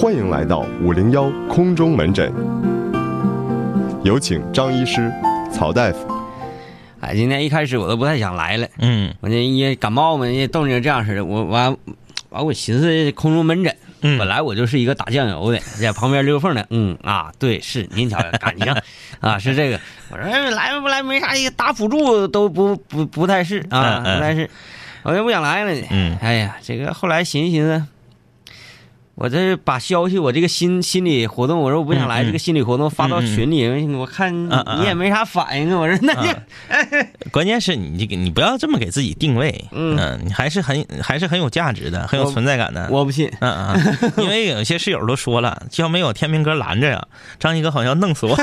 欢迎来到501空中门诊，有请张医师、曹大夫。 今天一开始我都不太想来了，我这一感冒嘛，也动静这样似的，我寻思空中门诊，本来我就是一个打酱油的，在旁边溜缝的，对，是您瞧感情啊，是这个，我说来不来没啥，一个打辅助都不太是啊，不太是，我就不想来了，哎呀，这个后来寻思。我这把消息，我这个心理活动，我说我不想来，这个心理活动发到群里，我看你也没啥反应啊。我说那就， 关键是你不要这么给自己定位，你还是很有价值的，很有存在感的。 我不信， 因为有些室友都说了，要没有天明哥拦着呀，张一哥好像弄死我。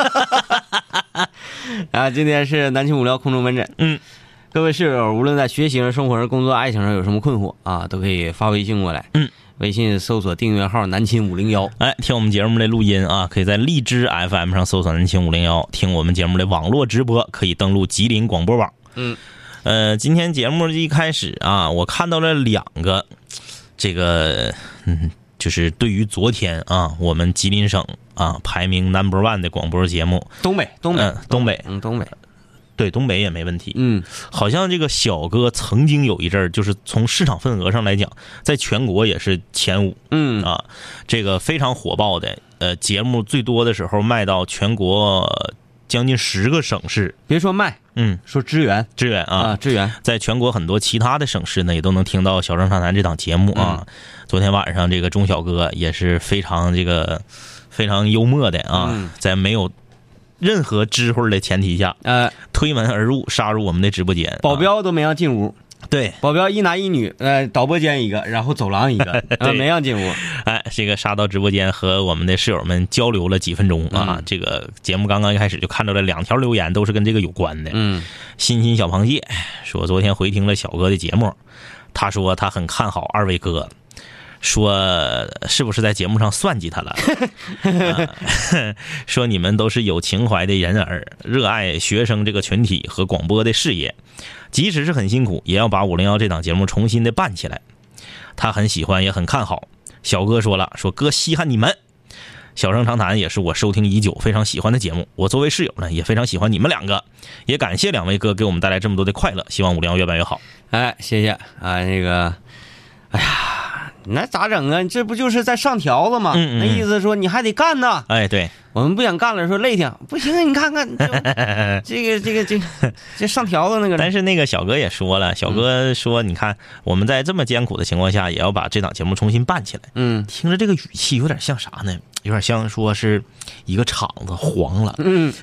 今天是南青五聊空中门诊，各位室友无论在学习上、生活上、工作、爱情上有什么困惑啊，都可以发微信过来，微信搜索订阅号南秦501， 听我们节目的录音啊，可以在荔枝 FM 上搜索南秦501，听我们节目的网络直播可以登录吉林广播网。今天节目一开始啊，我看到了两个这个就是对于昨天啊我们吉林省啊排名 No.1 的广播节目，东北。对，东北也没问题。好像这个小哥曾经有一阵儿，就是从市场份额上来讲，在全国也是前5。这个非常火爆的。节目最多的时候卖到全国将近10个省市。 别说卖，说支援啊，支援。 在全国很多其他的省市呢，也都能听到《小声畅谈》这档节目啊。昨天晚上这个钟小哥也是非常幽默的啊，在没有任何知会的前提下，推门而入，杀入我们的直播间， 保镖都没让进屋。对，保镖一男一女，导播间一个，然后走廊一个，没让进屋。 这个杀到直播间和我们的室友们交流了几分钟啊。这个节目刚刚一开始就看到了2条留言，都是跟这个有关的。新小螃蟹说昨天回听了小哥的节目，他说他很看好2位哥。说是不是在节目上算计他了？说你们都是有情怀的人儿，热爱学生这个群体和广播的事业，即使是很辛苦，也要把501这档节目重新的办起来。他很喜欢，也很看好。小哥说了，说哥稀罕你们。小声长谈也是我收听已久、非常喜欢的节目。我作为室友呢，也非常喜欢你们2个，也感谢2位哥给我们带来这么多的快乐。希望501越办越好。 谢谢啊，那咋整啊？这不就是在上条子吗？那意思说你还得干呢。 对， 我们不想干了，说累挺，不行，你看看这上条子那个。 但是那个小哥也说了，小哥说，你看我们在这么艰苦的情况下，也要把这档节目重新办起来。听着这个语气有点像啥呢？有点像说是一个厂子黄了。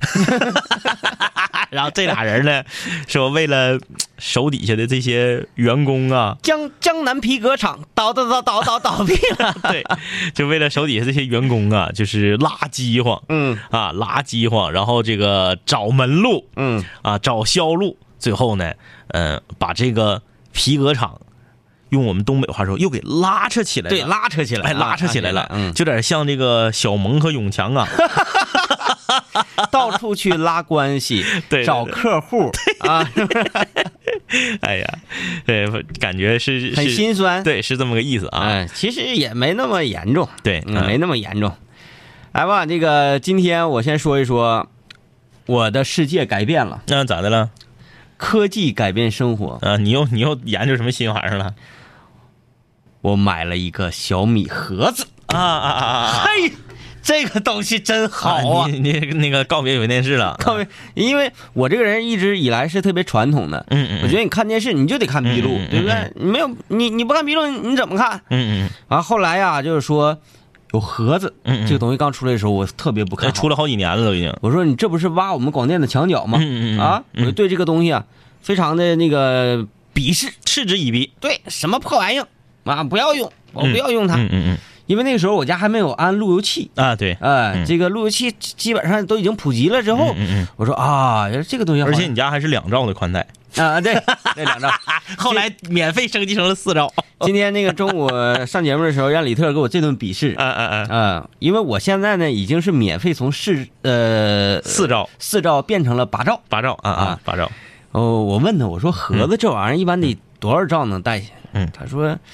然后这俩人呢，说为了手底下的这些员工啊， 江南皮革厂倒闭了。 对，就为了手底下这些员工啊，就是拉饥荒，拉饥荒，然后这个找门路，找销路，最后呢，把这个皮革厂。用我们东北话说，又给拉扯起来了。 对，拉扯起来了， 就有点像这个小蒙和永强啊， 到处去拉关系， 对， 找客户啊。 哎呀，感觉是很心酸。 对，是这么个意思啊。 其实也没那么严重。 对， 没那么严重。来吧，这个今天我先说一说我的世界改变了。 那咋的了？ 科技改变生活啊！你又研究什么新玩意儿了？ 我买了一个小米盒子嘿，这个东西真好啊！ 你那个告别有线电视了？ 告别，因为我这个人一直以来是特别传统的。我觉得你看电视你就得看闭路，对不对？你没有你不看闭路你怎么看？然后后来呀，就是说有盒子，这个东西刚出来的时候我特别不看好， 出了好几年了都已经。 我说你这不是挖我们广电的墙角吗？我就对这个东西啊非常的那个鄙视， 嗤之以鼻。 对，什么破玩意儿啊，不要用，我不要用它。因为那个时候我家还没有安路由器啊，对， 这个路由器基本上都已经普及了之后，我说啊，这个东西好， 而且你家还是2兆的宽带啊，对，那2兆， 后来免费升级成了4兆。 今天那个中午上节目的时候，让李特给我这顿鄙视，因为我现在呢已经是免费从4兆变成了8兆 ，8兆8兆。 我问他，我说盒子这玩意儿一般得多少兆能带下？他说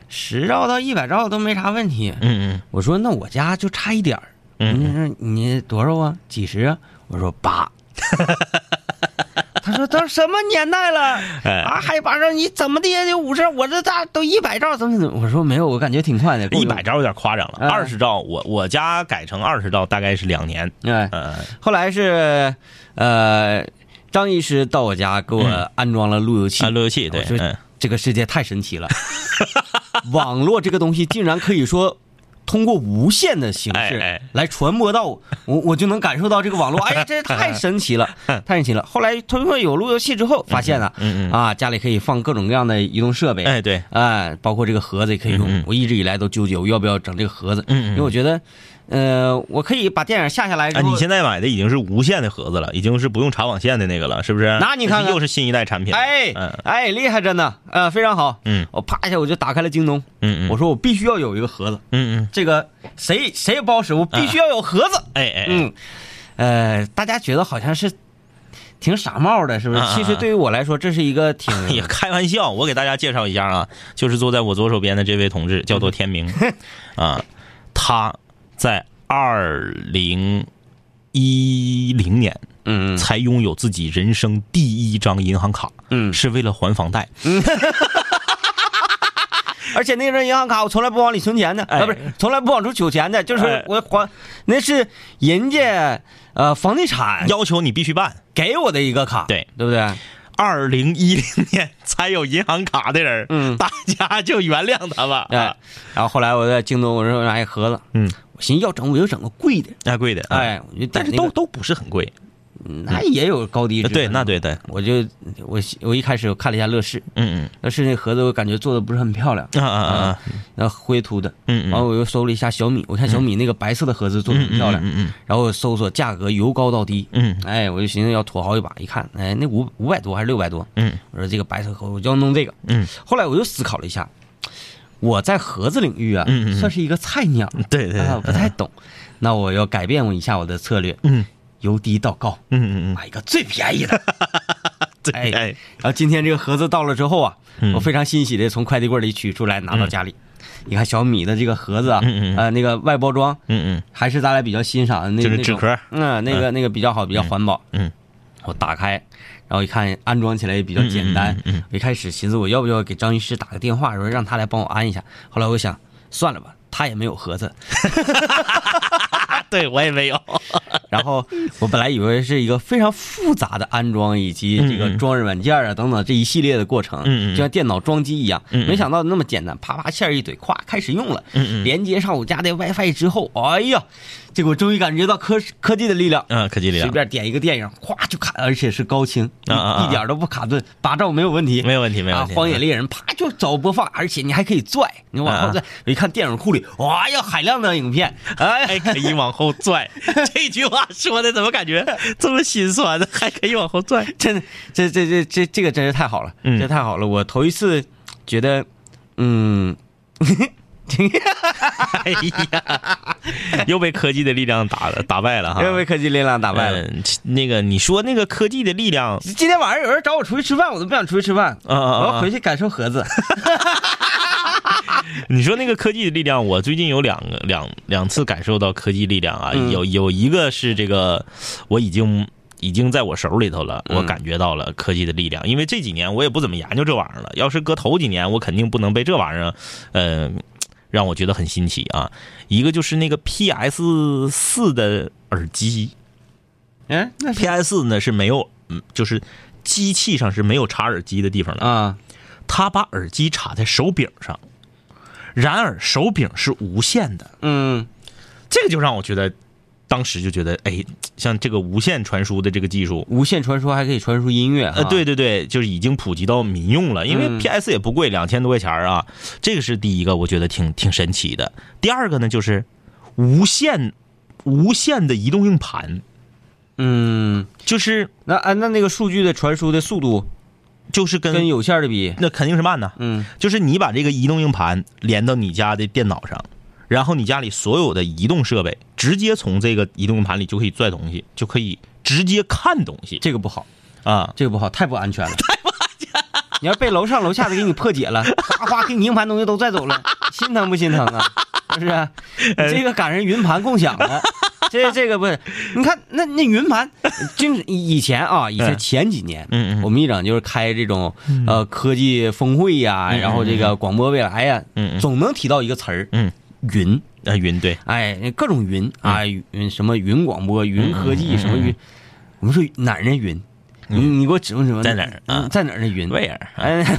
10兆到100兆都没啥问题。我说那我家就差一点儿。你多少啊？几十啊？我说8。他说都什么年代了啊，还8兆？你怎么的也得50？我这大都100兆，怎么？我说没有，我感觉挺快的。 100兆有点夸张了，20兆，我家改成20兆大概是2年。 后来是张医师到我家给我安装了路由器。 路由器，对， 这个世界太神奇了，网络这个东西竟然可以说。通过无线的形式来传播到我就能感受到这个网络，哎呀，这太神奇了，太神奇了。后来通过有路由器之后，发现啊，家里可以放各种各样的移动设备， 对， 包括这个盒子也可以用。我一直以来都纠结我要不要整这个盒子，因为我觉得。我可以把电影下来之后， 你现在买的已经是无线的盒子了，已经是不用插网线的那个了，是不是？ 那你看看， 又是新一代产品。 厉害真的，非常好。我啪一下我就打开了京东。我说我必须要有一个盒子。这个谁也不好使，我必须要有盒子。大家觉得好像是挺傻帽的，是不是？其实对于我来说，这是一个挺也开玩笑。我给大家介绍一下啊，就是坐在我左手边的这位同志叫做天明啊，他。在2010年，才拥有自己人生第1张银行卡，是为了还房贷， 而且那张银行卡我从来不往里存钱的，不是从来不往出取钱的，就是我还那是人家房地产要求你必须办给我的一个卡，对不对 ？2010年才有银行卡的人，大家就原谅他吧。 然后后来我在京东，我说拿一盒子，我寻思要整我就整个贵的， 贵的，但是都不是很贵， 那也有高低之分。 对，那对， 我一开始我看了一下乐视，乐视那盒子我感觉做的不是很漂亮，那灰涂的，然后我又搜了一下小米，我看小米那个白色的盒子做的很漂亮，然后我搜索价格由高到低，我就寻思要土豪一把，一看，那500多还是600多，我说这个白色盒我就要弄这个，后来我又思考了一下。我在盒子领域啊，算是一个菜鸟， 对， 不太懂。那我要改变一下我的策略，由低到高，买一个最便宜的。然后今天这个盒子到了之后啊，我非常欣喜的从快递柜里取出来拿到家里。你看小米的这个盒子啊，那个外包装，还是咱俩比较欣赏的那就是纸壳， 那个比较好，比较环保。我打开，然后一看安装起来也比较简单。我一开始寻思我要不要给张医师打个电话，说让他来帮我安一下。后来我想算了吧，他也没有盒子。 对，我也没有。 然后我本来以为是一个非常复杂的安装以及这个装软件啊等等这一系列的过程，就像电脑装机一样，没想到那么简单，啪啪线一怼，咵开始用了。连接上我家的 WiFi 之后，哎呀，这个我终于感觉到科技的力量。科技力量，随便点一个电影，咵就卡，而且是高清，一点都不卡顿，8兆没有问题， 没有问题。 荒野猎人啪就找播放，而且你还可以拽，你往后拽。我一看电影库里，哇呀，海量的影片， 还可以往后拽。这句话说的怎么感觉这么心酸呢？还可以往后拽， 真的，这个真是太好了，这太好了！我头一次觉得， 哎呀，又被科技的力量打败了哈！ 又被科技力量打败了。 那个你说那个科技的力量， 今天晚上有人找我出去吃饭，我都不想出去吃饭，我要回去感受盒子。 你说那个科技的力量，我最近有两次感受到科技力量啊，有一个是这个，我已经在我手里头了，我感觉到了科技的力量，因为这几年我也不怎么研究这玩意儿了，要是搁头几年，我肯定不能被这玩意儿，让我觉得很新奇啊。一个就是那个 PS4 的耳机， 那 PS4 呢是没有，就是机器上是没有插耳机的地方的啊， 他把耳机插在手柄上。然而手柄是无线的，这个就让我觉得，当时就觉得，哎，像这个无线传输的这个技术， 无线传输还可以传输音乐， 对，就是已经普及到民用了。因为 PS 也不贵，2000多块钱啊，这个是第一个，我觉得挺神奇的。第二个呢，就是无线的移动硬盘，就是那个数据的传输的速度。 就是跟有线的比， 那肯定是慢呢。就是你把这个移动硬盘连到你家的电脑上，然后你家里所有的移动设备直接从这个移动硬盘里就可以拽东西，就可以直接看东西。 这个不好啊， 这个不好，太不安全了， 太不安全了。 你要被楼上楼下的给你破解了，哗哗给你硬盘东西都拽走了，心疼不心疼啊？是不是？你这个赶上云盘共享了，这个不是？你看那云盘，就以前前几年，我们一整就是开这种科技峰会呀，然后这个广播未来呀，总能提到一个词儿，云云对， 哎，各种云啊，云什么云广播、云科技什么云，我们说哪儿呢云？你给我指问在哪儿啊？ 在哪儿的云？ 威尔，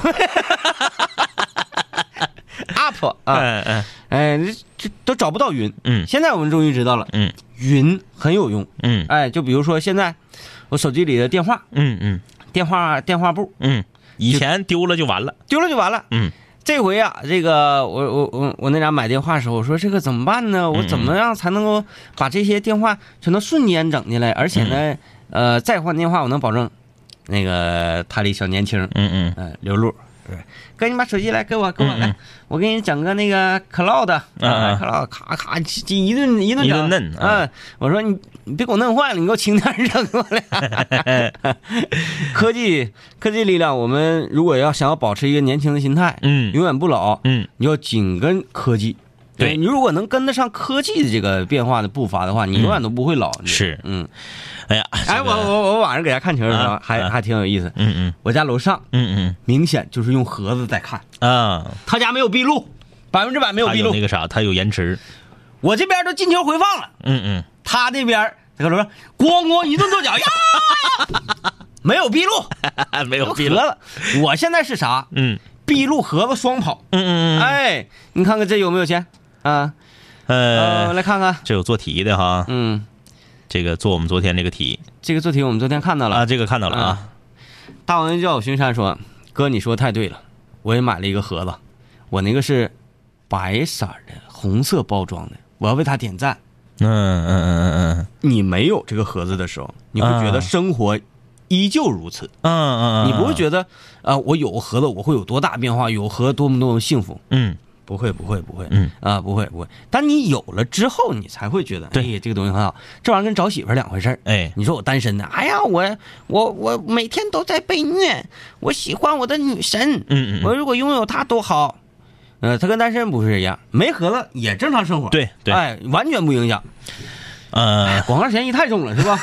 up 啊，这都找不到云。现在我们终于知道了。云很有用。哎，就比如说现在我手机里的电话，电话簿， 以前丢了就完了， 这回啊，这个我那家买电话的时候，我说这个怎么办呢？我怎么样才能够把这些电话全都瞬间整进来？而且呢，再换电话我能保证。那个他离小年轻，刘露，哥你把手机来给我来，我给你整个那个 cloud， cloud 咔咔一顿嫩我说你别给我弄坏了，你给我轻点整过来。科技力量，我们如果想要保持一个年轻的心态，永远不老，你要紧跟科技。对，你如果能跟得上科技的这个变化的步伐的话，你永远都不会老。 是，哎呀， 我晚上给大家看球的时候，还挺有意思。我家楼上，明显就是用盒子在看啊。他家没有闭路，100%没有闭路。 那个啥，他有延迟。 我这边都进球回放了，他那边这个说咣咣一顿跺脚呀，没有闭路， 没有闭路了。我现在是啥？闭路盒子双跑。哎，你看看这有没有钱啊？来看看， 这有做题的哈。这个做我们昨天这个题， 我们昨天看到了啊，这个看到了啊。 大王叫我巡山说，哥你说太对了，我也买了一个盒子，我那个是白色的红色包装的，我要为他点赞。你没有这个盒子的时候，你会觉得生活依旧如此。你不会觉得我有个盒子我会有多大变化，有盒多么幸福。不会，不会。当你有了之后，你才会觉得，哎，这个东西很好。这玩意儿跟找媳妇两回事。哎，你说我单身的，哎呀，我每天都在被虐，我喜欢我的女神。我如果拥有她多好。他跟单身不是一样，没盒子也正常生活。 对， 哎，完全不影响。广告嫌疑太重了，是吧？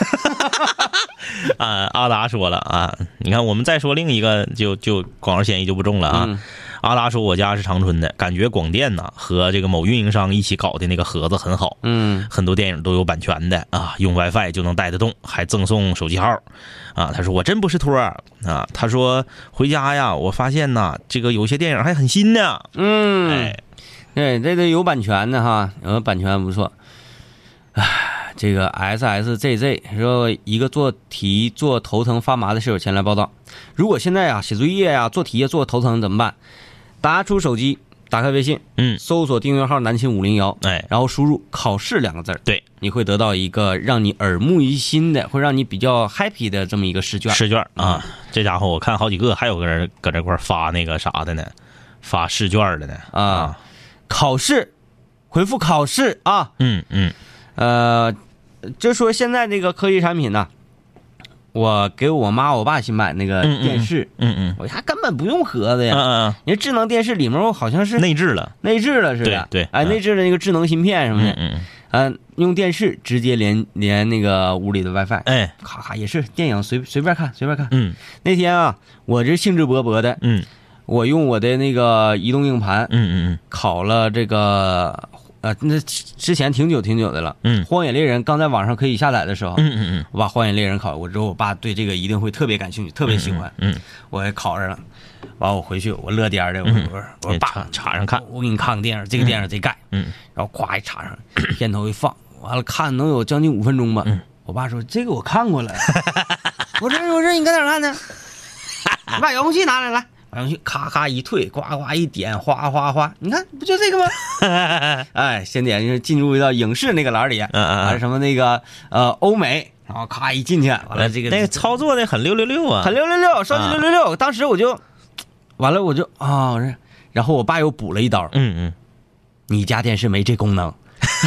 阿达说了啊，你看我们再说另一个，就广告嫌疑就不重了啊。阿达说我家是长春的，感觉广电呐和这个某运营商一起搞的那个盒子很好，很多电影都有版权的啊，用 WiFi 就能带得动，还赠送手机号啊。他说我真不是托啊，他说回家呀，我发现呐这个有些电影还很新呢。 对，这个有版权的哈，有版权不错。这个 SSZZ 说一个做题做头疼发麻的室友前来报道，如果现在啊写作业啊做题做头疼怎么办？拿出手机，打开微信，搜索订阅号南秦501，然后输入考试2个字，对，你会得到一个让你耳目一新的，会让你比较 happy 的这么一个试卷啊。这家伙我看好几个，还有个人搁这块发那个啥的呢，发试卷的呢啊。 考试，回复考试啊。就说现在这个科技产品呢，我给我妈我爸新买那个电视，我还根本不用盒子呀。你这智能电视里面好像是内置了是吧？对，哎，内置了那个智能芯片什么的，用电视直接连那个屋里的 WiFi，咔咔也是电影随便看。那天啊，我这兴致勃勃的，我用我的那个移动硬盘，考了这个。那之前挺久的了。荒野猎人刚在网上可以下载的时候，我把荒野猎人考过之后，我爸对这个一定会特别感兴趣，特别喜欢。我也考上了，完我回去我乐颠的，我说爸插上看， 我给你看个电影，这个电影贼盖。然后咵一插上，片头一放，完了看能有将近5分钟吧。我爸说这个我看过了。我说你搁哪看呢？你把遥控器拿来了。然后去咔咔一退，呱呱一点，哗哗哗，你看不就这个吗？哎，先点就是进入到影视那个栏里，还是什么那个欧美，然后咔一进去，完了这个那个操作的很666啊， 很666，烧机666。当时我就完了，我就然后我爸又补了一刀，你家电视没这功能。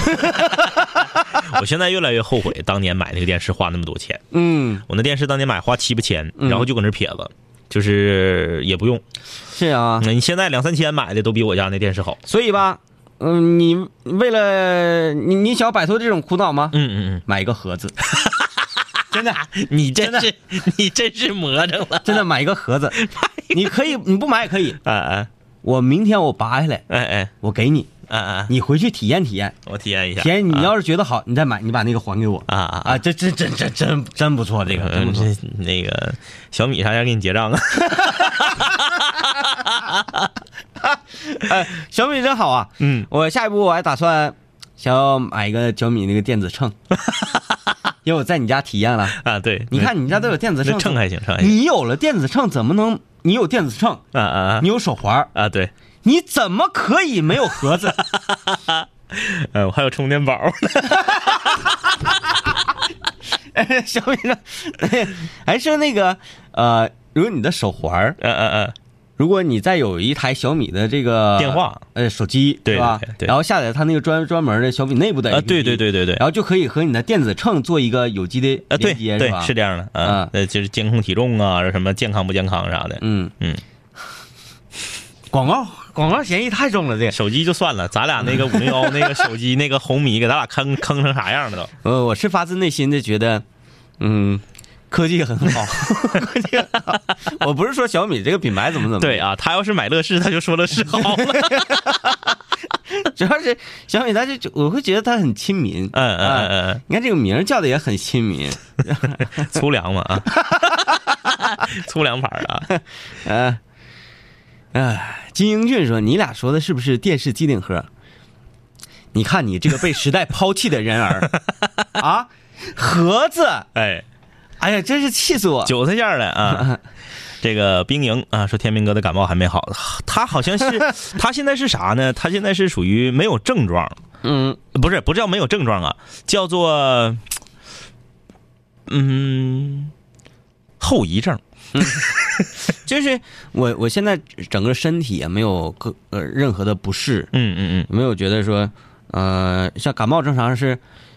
我现在越来越后悔当年买那个电视花那么多钱。我那电视当年买花7、8千，然后就搁那撇子。 就是也不用。 是啊， 你现在2-3千买的都比我家那电视好。 所以吧，你为了你想要摆脱这种苦恼吗？买一个盒子。真的， 你真是魔怔了。 真的买一个盒子，你可以，你不买也可以。我明天我拔下来，我给你。你回去体验体验， 我体验一下。 体验，你要是觉得好，你再买，你把那个还给我。这真不错，这个真不错。 那个小米啥样给你结账啊？ 小米真好啊。我下一步我还打算想要买一个小米那个电子秤，因为我在你家体验了啊。对， 你看你家都有电子秤， 秤还行， 你有了电子秤怎么能？你有电子秤你有手环啊？对。 你怎么可以没有盒子？ 我还有充电宝。 小米说，还是那个如果你的手环如果你再有一台小米的这个电话手机，对吧？对，然后下载它那个专门的小米内部的 APP， 对， 然后就可以和你的电子秤做一个有机的连接， 对， 是吧？ 是这样的就是监控体重啊，什么健康不健康啥的。 广告嫌疑太重了，这个手机就算了，咱俩那个501那个手机那个红米，给咱俩坑成啥样了都？我是发自内心的觉得，科技很好，科技很好。我不是说小米这个品牌怎么对啊，他要是买乐视，他就说乐视好了。 主要是小米，我会觉得它很亲民。你看这个名叫的也很亲民， 粗粮嘛啊，粗粮牌啊。 金英俊说：“你俩说的是不是电视机顶盒？你看你这个被时代抛弃的人儿啊，盒子！哎呀，真是气死我！ 韭菜馅的啊！这个冰莹啊，说天明哥的感冒还没好，他好像是他现在是啥呢？他现在是属于没有症状，不是叫没有症状啊，叫做后遗症。” 就是我现在整个身体也没有任何的不适，没有觉得说像感冒正常是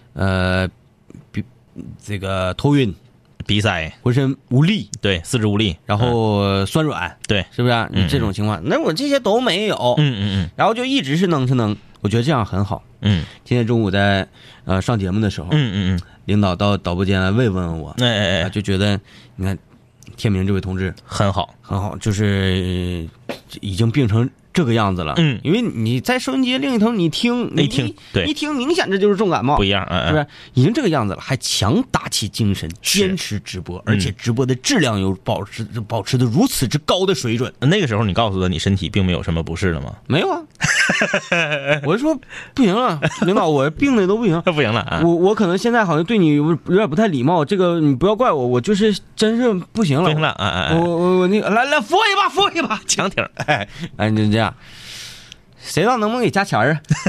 这个头晕、 鼻塞、 浑身无力， 对，四肢无力， 然后酸软， 对， 是不是？这种情况，那我这些都没有，然后就一直是能，我觉得这样很好。今天中午在上节目的时候，领导到导播间来慰问我，就觉得你看。天明这位同志很好， 就是已经病成这个样子了。因为你在收音机另一头你听， 对， 一听明显这就是重感冒， 不一样， 是不是？已经这个样子了，还强打起精神坚持直播，而且直播的质量又保持的如此之高的水准。 那个时候你告诉他你身体并没有什么不适了吗？ 没有啊，我就说不行了，领导，我病的都不行， 不行了啊！ 我可能现在好像对你有点不太礼貌，这个你不要怪我，我就是真是不行了， 不行了， 我那个来扶我一把， 强挺， 就这样，谁知道能不能给加钱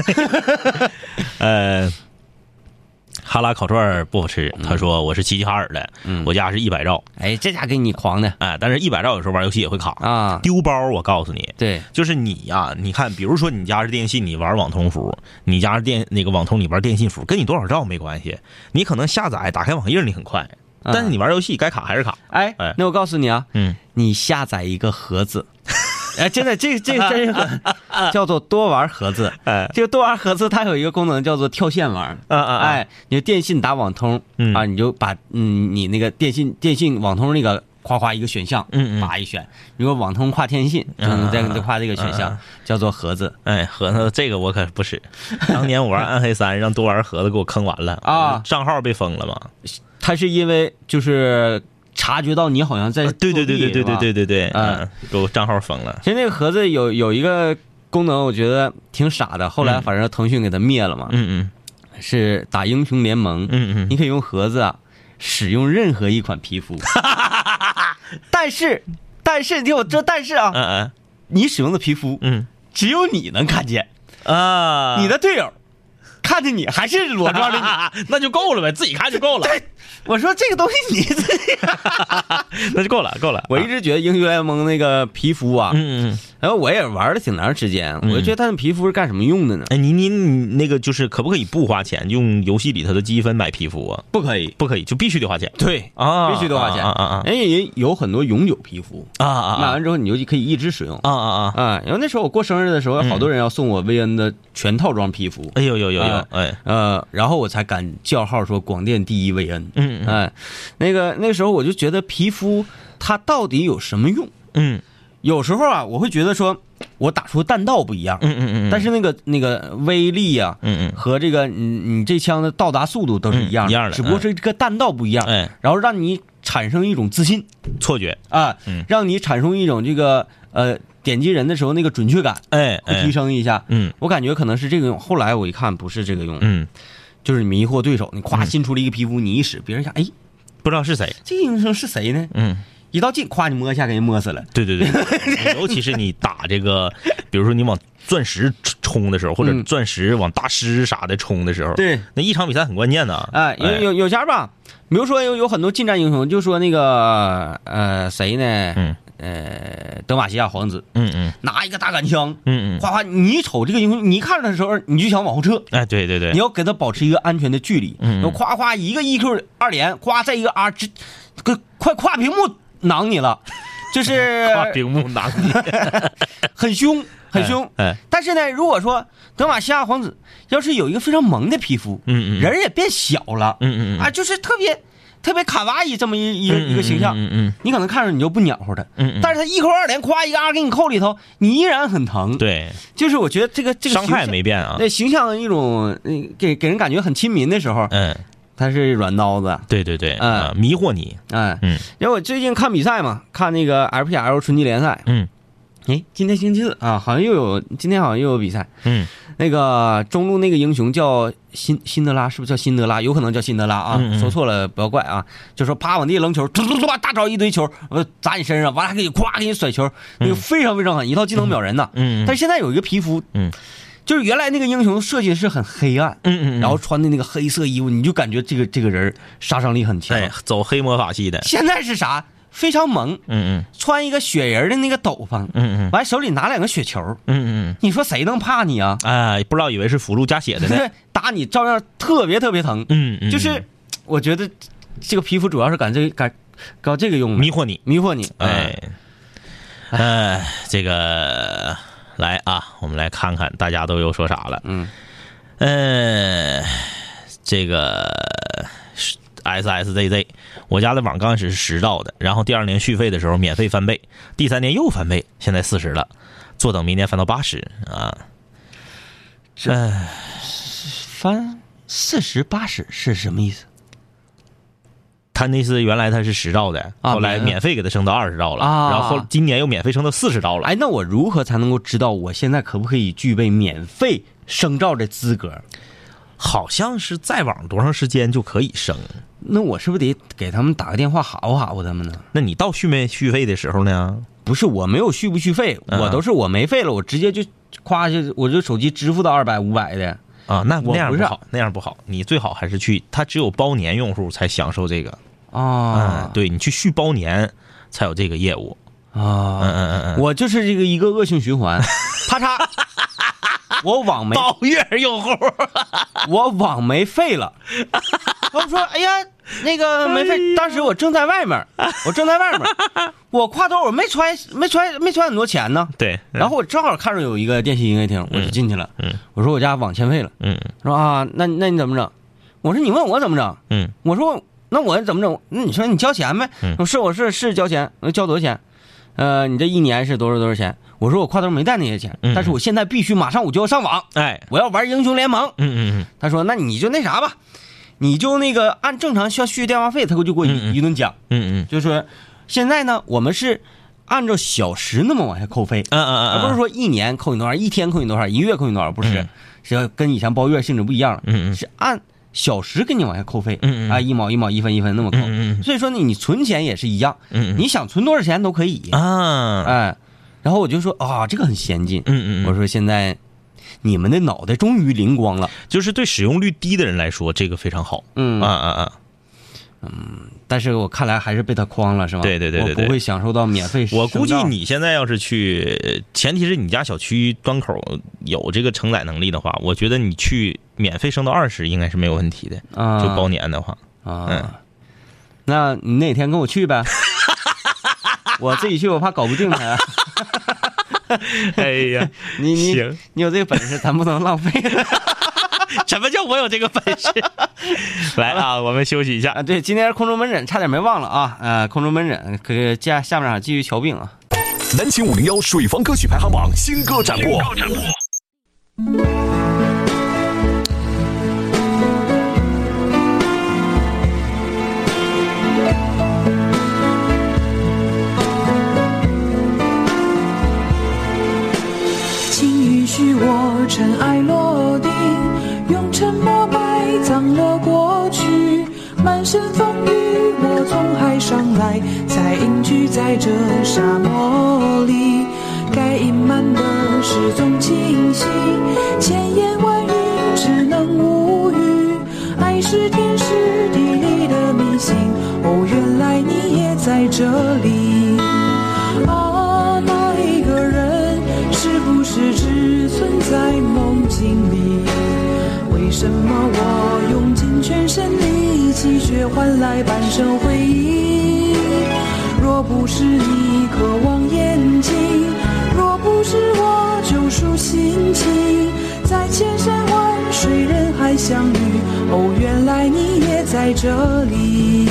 哈拉烤串不好吃，他说我是齐齐哈尔的，我家是100兆， 这家给你狂的， 但是100兆有时候玩游戏也会卡啊， 丢包。我告诉你， 对， 就是你呀，你看，比如说你家是电信，你玩网通服，你家是那个网通，你玩电信服，跟你多少兆没关系，你可能下载打开网页你很快，但是你玩游戏该卡还是卡。 那我告诉你啊，你下载一个盒子。真的，这真是很叫做多玩盒子。这个多玩盒子它有一个功能叫做跳线玩。你电信打网通你就把你那个电信网通那个夸一个选项，把一选。如果网通跨电信，再跨这个选项叫做盒子。 盒子这个我可不是。当年我玩暗黑3，让多玩盒子给我坑完了啊，账号被封了嘛。 他是因为就是察觉到你好像在对，给我账号封了。 其实那个盒子有一个功能，我觉得挺傻的。后来反正腾讯给它灭了嘛。是打英雄联盟。你可以用盒子使用任何一款皮肤。但是你听我这但是你使用的皮肤只有你能看见啊，你的队友看着你还是裸装的你， 那就够了呗，自己看就够了。 我说这个东西你自己那就够了。 我一直觉得英雄联盟那个皮肤然后我也玩了挺长时间，我就觉得它的皮肤是干什么用的呢？ 哎，你那个就是可不可以不花钱用游戏里头的积分买皮肤啊？ 不可以， 不可以，就必须得花钱。 对啊， 必须得花钱啊！ 也有很多永久皮肤啊， 买完之后你就可以一直使用啊！ 因为那时候我过生日的时候，好多人要送我薇恩的全套装皮肤。 哎呦， 然后我才敢叫号说广电第一薇恩。那个时候我就觉得皮肤它到底有什么用？有时候啊，我会觉得说，我打出弹道不一样，但是那个威力啊，和这个你这枪的到达速度都是一样的，只不过是这个弹道不一样，然后让你产生一种自信、 错觉啊，让你产生一种这个点击人的时候那个准确感，会提升一下。我感觉可能是这个用，后来我一看不是这个用，就是迷惑对手，你夸新出了一个皮肤，你一使，别人想，哎， 不知道是谁， 这个英雄是谁呢？一到近，夸你摸一下，给人摸死了。 对，尤其是你打这个，比如说你往钻石冲的时候，或者钻石往大师啥的冲的时候， 对， 那一场比赛很关键的。 有家吧，比如说有很多近战英雄，就说那个谁呢？德玛西亚皇子，拿一个大杆枪，哗哗，你一瞅这个英雄，你一看他的时候，你就想往后撤。 哎，对， 你要给他保持一个安全的距离。夸夸一个 EQ 2连，夸再一个 R， 快跨屏幕。囊你了，就是跨屏幕囊你， 很凶。但是呢，如果说德玛西亚皇子要是有一个非常萌的皮肤，人也变小了，就是特别卡哇伊这么一个形象，你可能看着你就不鸟乎他，但是他一口2连夸一个 R 给你扣里头，你依然很疼。 对， 就是我觉得这个伤害没变啊， 那形象的一种给人感觉很亲民的时候，它是软刀子， 对，迷惑你， 因为我最近看比赛嘛，看那个 LPL 春季联赛，今天星期四啊，今天好像又有比赛，那个中路那个英雄叫辛德拉，是不是叫辛德拉？有可能叫辛德拉啊，说错了不要怪啊。就说啪往地扔球，大招一堆球，砸你身上，完了还给你咵给你甩球，那个非常非常狠，一套技能秒人呐。但是现在有一个皮肤，就是原来那个英雄设计是很黑暗，然后穿的那个黑色衣服，你就感觉这个人杀伤力很强， 走黑魔法系的。 现在是啥？非常萌，穿一个雪人的那个斗篷，完手里拿2个雪球，你说谁能怕你啊？ 不知道以为是辅助加血的呢， 打你照样特别疼，就是我觉得这个皮肤主要是搞这个用的， 迷惑你，这个。来啊，我们来看看大家都又说啥了。这个 SSZZ， 我家的网刚开始是10兆的，然后第2年续费的时候免费翻倍，第3年又翻倍，现在40了，坐等明年翻到80啊。 翻40、80是什么意思？ 他那次原来他是10兆的，后来免费给他升到20兆了，然后今年又免费升到40兆了。 哎，那我如何才能够知道我现在可不可以具备免费升兆的资格？ 好像是再往多长时间就可以升。 那我是不是得给他们打个电话哈唬他们呢？ 那你到续没续费的时候呢？ 不是，我没有续不续费，我都是我没费了，我直接就夸我就手机支付到200、500的。 那样不好，那样不好。你最好还是去，他只有包年用户才享受这个对，你去续包年才有这个业务我就是这个一个恶性循环，啪嚓，我网没包月用户， 我网没费了。他们说：“哎呀，那个没费。”当时我正在外面，我挎兜我没揣很多钱呢。 对， 然后我正好看着有一个电信营业厅，我就进去了。我说我家网欠费了。说啊，那你怎么整？我说你问我怎么整？我说那我怎么整？那你说你交钱呗？我是交钱，交多少钱？你这1年是多少钱？我说我挎兜没带那些钱，但是我现在必须马上我就要上网，我要玩英雄联盟。他说那你就那啥吧，你就那个按正常需要续电话费，他就给我一顿讲。就说现在呢，我们是按照小时那么往下扣费，而不是说1年扣你多少，1天扣你多少，1月扣你多少，不是，是要跟以前包月性质不一样了，是按小时给你往下扣费，1毛1毛1分1分那么扣。所以说你存钱也是一样，你想存多少钱都可以然后我就说这个很先进。我说现在你们的脑袋终于灵光了， 就是对使用率低的人来说，这个非常好。 但是我看来还是被他诓了，是吧？ 对， 我不会享受到免费。 我估计你现在要是去，前提是你家小区端口有这个承载能力的话，我觉得你去免费升到20应该是没有问题的啊，就包年的话啊。那你哪天跟我去呗？我自己去，我怕搞不定他。 哎呀， 你有这个本事，咱不能浪费。 什么叫我有这个本事？来啊，我们休息一下。 对，今天是空中门诊，差点没忘了啊。空中门诊可以下面继续瞧病啊。 南秦501水房歌曲排行榜新歌展播。 请允许我尘埃落定，用沉默埋葬了过去，满身风雨我从海上来，才隐居在这沙漠里，该隐瞒的事总清晰，千言万语只能无语，爱是天时地利的迷信，哦，原来你也在这里啊，那一个人是不是只存在梦境里？为什么我用尽全身力气，却换来半生回忆？若不是你渴望眼睛，若不是我救赎心情，在千山万水人海相遇，哦，原来你也在这里。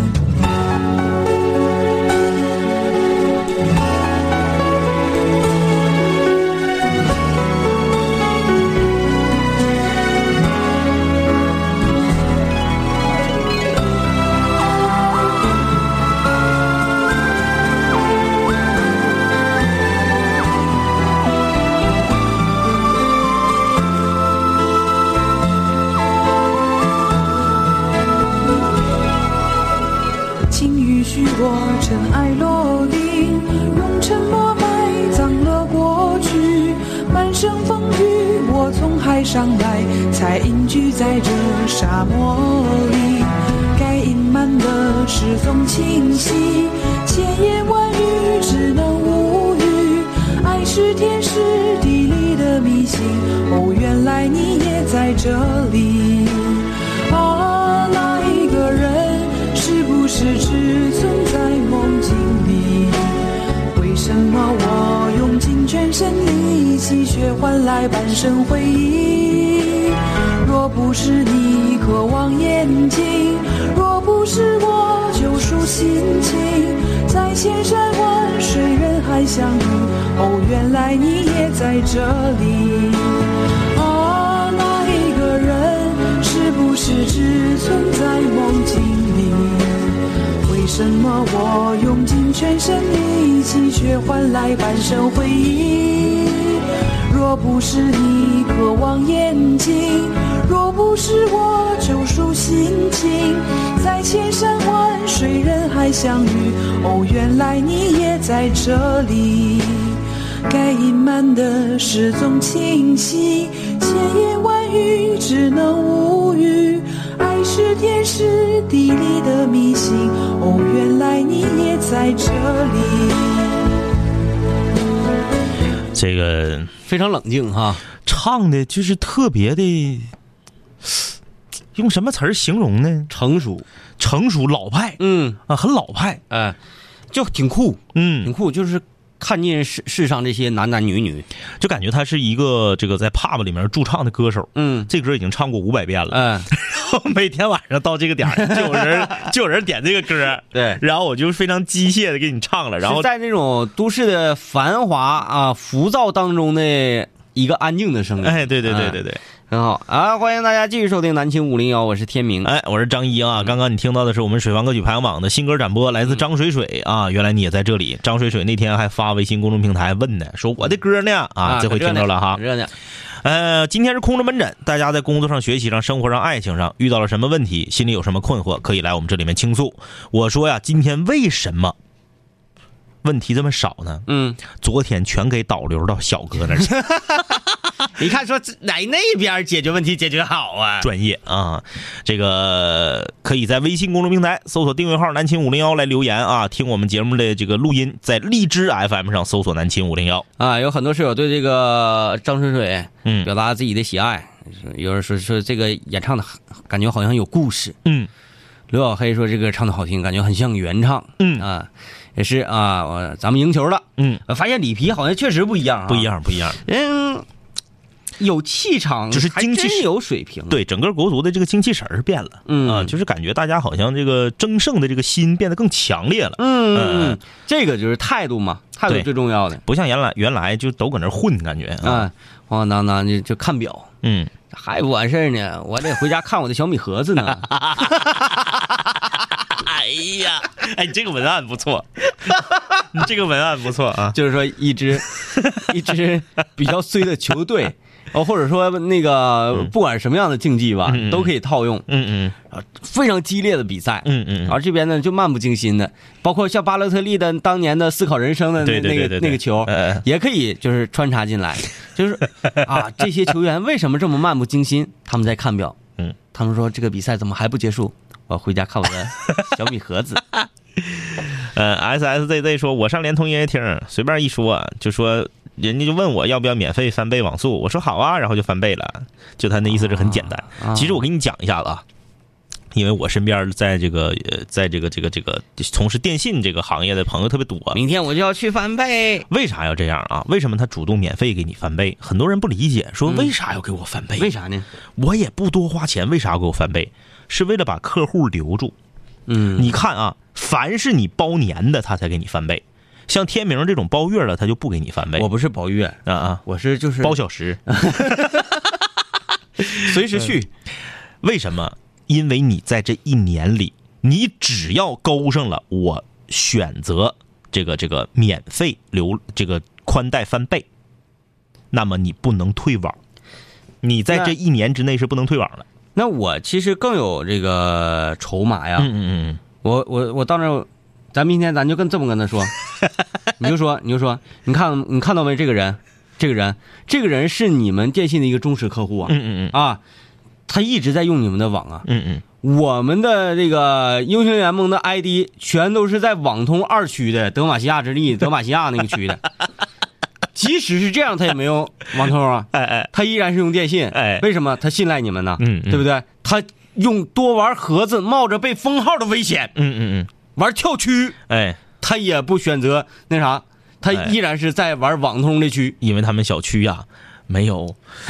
我尘埃落定，用沉默埋葬了过去，满身风雨我从海上来，才隐居在这沙漠里，该隐瞒的事总清晰，千言万语只能无语，爱是天时地利的迷信，哦，原来你也在这里啊，那一个人是不是只存在梦境里？为什么我用尽全身力气，却换来半生回忆？若不是你渴望眼睛，若不是我救赎心情，在千山万水人海相遇，哦，原来你也在这里啊，那一个人是不是只存在梦境里？为什么我用尽全身力气，却换来半生回忆？若不是你渴望眼睛，若不是我救赎心情，在千山万水人海相遇，哦，原来你也在这里，该隐瞒的事总清晰，千言万语只能无语，爱是天时地利的迷信，哦，原来你也在这里。 这个非常冷静哈， 唱的就是特别的，用什么词儿形容呢？ 成熟， 老派，很老派， 就挺酷， 挺酷，就是看见世上这些男男女女， 就感觉他是一个这个在 pub 里面驻唱的歌手，这歌已经唱过500遍了，然后每天晚上到这个点就有人点这个歌， 对， 然后我就非常机械的给你唱了，然后在那种都市的繁华啊浮躁当中的一个安静的声音， 对， 很好啊！欢迎大家继续收听南秦501，我是天明， 我是张一啊。刚刚你听到的是我们水房歌曲排行榜的新歌展播，来自张水水啊。原来你也在这里，张水水那天还发微信公众平台问呢，说我的歌呢啊，这回听到了哈， 热闹。 今天是空中门诊，大家在工作上、学习上、生活上、爱情上遇到了什么问题，心里有什么困惑，可以来我们这里面倾诉。我说呀，今天为什么问题这么少呢？昨天全给导流到小哥那儿去。 你看说来那边解决问题解决好啊， 专业啊！这个可以在微信公众平台搜索订阅号南秦501来留言啊，听我们节目的这个录音，在荔枝 FM 上搜索南秦501 啊。有很多室友对这个张水水表达自己的喜爱，有人说这个演唱的感觉好像有故事，刘小黑说这个唱的好听，感觉很像原唱，也是啊，咱们赢球了，发现里皮好像确实不一样啊， 不一样， 有气场， 就是精气真有水平， 对，整个国足的这个精气神儿变了，就是感觉大家好像这个争胜的这个心变得更强烈了， 这个就是态度嘛，态度最重要的， 不像原来就都搁那混，感觉啊， 咣当当就看表，还不完事呢，我得回家看我的小米盒子呢。 哎呀，你这个文案不错，你这个文案不错啊， 就是说一支比较衰的球队，或者说那个不管什么样的竞技吧，都可以套用，非常激烈的比赛，而这边呢就漫不经心的，包括像巴洛特利的当年的思考人生的那个球，也可以就是穿插进来，就是这些球员为什么这么漫不经心？他们在看表，他们说这个比赛怎么还不结束？我回家看我的小米盒子。 SSZZ 说，我上联通音乐厅，随便一说，就说人家就问我要不要免费翻倍网速，我说好啊，然后就翻倍了。就他那意思是很简单。其实我给你讲一下子啊，因为我身边在这个从事电信这个行业的朋友特别多。 明天我就要去翻倍。 为啥要这样啊？为什么他主动免费给你翻倍？很多人不理解，说为啥要给我翻倍？ 为啥呢？ 我也不多花钱，为啥要给我翻倍？是为了把客户留住。你看啊，凡是你包年的，他才给你翻倍。像天明这种包月的，他就不给你翻倍。 我不是包月我是就是包小时， 随时续。 为什么？因为你在这一年里，你只要勾上了我选择这个免费留这个宽带翻倍，那么你不能退网。你在这一年之内是不能退网的。 那我其实更有这个筹码呀。我到那儿，咱明天咱就这么跟他说，你就说，你看到没？这个人是你们电信的一个忠实客户啊。他一直在用你们的网啊。我们的这个英雄联盟的 ID 全都是在网通2区的德玛西亚之力德玛西亚那个区的。即使是这样，他也没有网通啊，他依然是用电信，为什么？他信赖你们呢，对不对？他用多玩盒子，冒着被封号的危险，玩跳区，他也不选择那啥，他依然是在玩网通的区， 因为他们小区呀没有。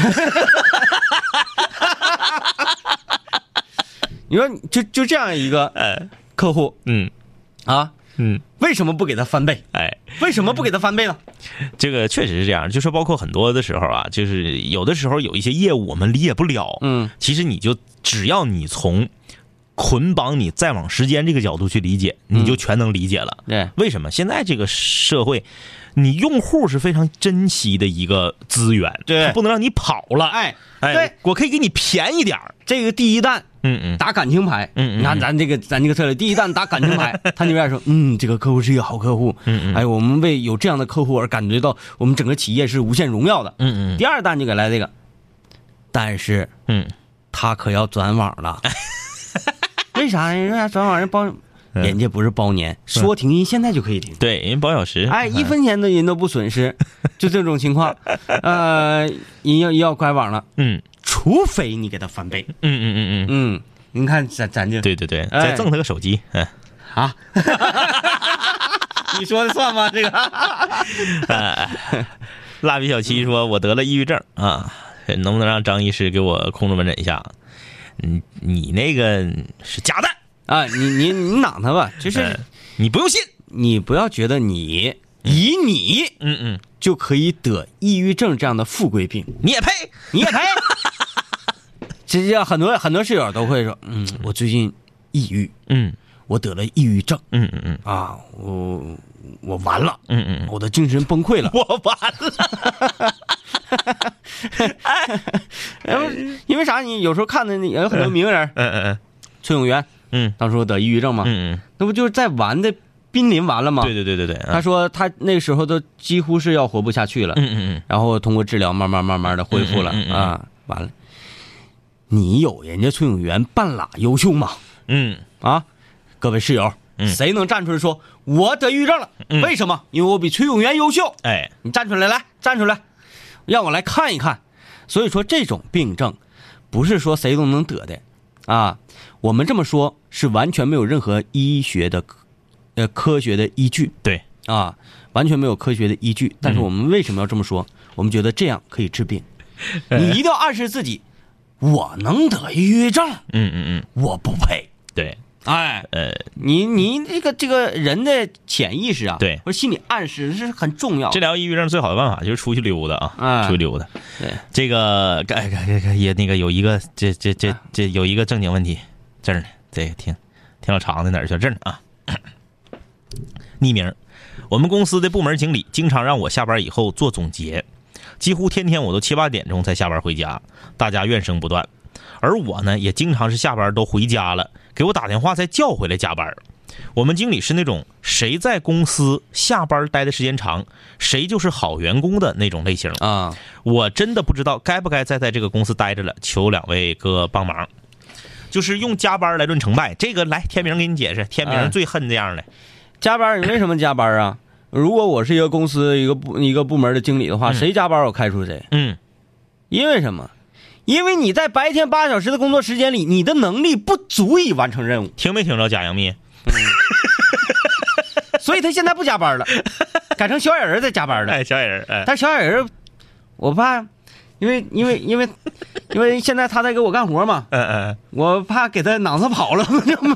你说就这样一个客户，为什么不给他翻倍？为什么不给他翻倍呢？ 这个确实是这样，就是包括很多的时候啊，就是有的时候有一些业务我们理解不了，其实你就只要你从捆绑你在网时间这个角度去理解，你就全能理解了。 对， 为什么现在这个社会，你用户是非常珍惜的一个资源， 对， 不能让你跑了。 对， 我可以给你便宜点。 这个第一弹，打感情牌，你看咱这个策略，第一弹打感情牌，他那边说，这个客户是一个好客户，我们为有这样的客户而感觉到我们整个企业是无限荣耀的，第二弹就给来这个，但是，他可要转网了，为啥？人家转网人包。人家不是包年，说停音现在就可以停。 对，人包小时。 1分钱的人都不损失，就这种情况，人要拐网了，除非你给他翻倍。你看咱就对，再赠他个手机， 你说的算吗？这个， 蜡笔小七说，我得了抑郁症啊，能不能让张医师给我空中门诊一下？你那个是假的。 你攮他吧，就是你不用信， 你不要觉得你就可以得抑郁症这样的富贵病， 你也配。 其实很多室友都会说，我最近抑郁，我得了抑郁症，我完了，我的精神崩溃了， 我完了。因为啥？你有时候看的有很多名人，崔永元。当初得抑郁症嘛，那不就是在玩的濒临完了吗？ 对， 他说他那个时候都几乎是要活不下去了，然后通过治疗慢慢的恢复了啊，完了，你有人家崔永元半拉优秀吗？各位室友，谁能站出来说我得抑郁症了？为什么？因为我比崔永元优秀。 哎， 你站出来，来站出来，让我来看一看。所以说这种病症不是说谁都能得的啊，我们这么说是完全没有任何医学的科学的依据。 对啊，完全没有科学的依据。但是我们为什么要这么说？我们觉得这样可以治病。你一定要暗示自己，我能得抑郁症，我不配。 对， 哎，你这个人的潜意识啊， 对， 或者心理暗示是很重要的。 治疗抑郁症最好的办法就是出去溜达啊，出去溜达。 对， 这个也那个有一个这有一个正经问题，这儿呢，这个挺老长的，哪儿去这儿呢啊？匿名，我们公司的部门经理经常让我下班以后做总结，几乎天天我都7、8点钟才下班回家，大家怨声不断。而我呢，也经常是下班都回家了，给我打电话再叫回来加班。我们经理是那种谁在公司下班待的时间长，谁就是好员工的那种类型啊。我真的不知道该不该再在这个公司待着了，求2位哥帮忙。就是用加班来论成败，这个来天明给你解释。天明最恨这样的。 加班，你为什么加班啊？如果我是一个公司一个部门的经理的话，谁加班我开除谁。因为什么？因为你在白天8小时的工作时间里，你的能力不足以完成任务。 听没听着贾杨幂？ 所以他现在不加班了，改成小矮人在加班了。 哎，小矮人，哎， 但小矮人，我怕，因为现在他在给我干活嘛，我怕给他攮跑了。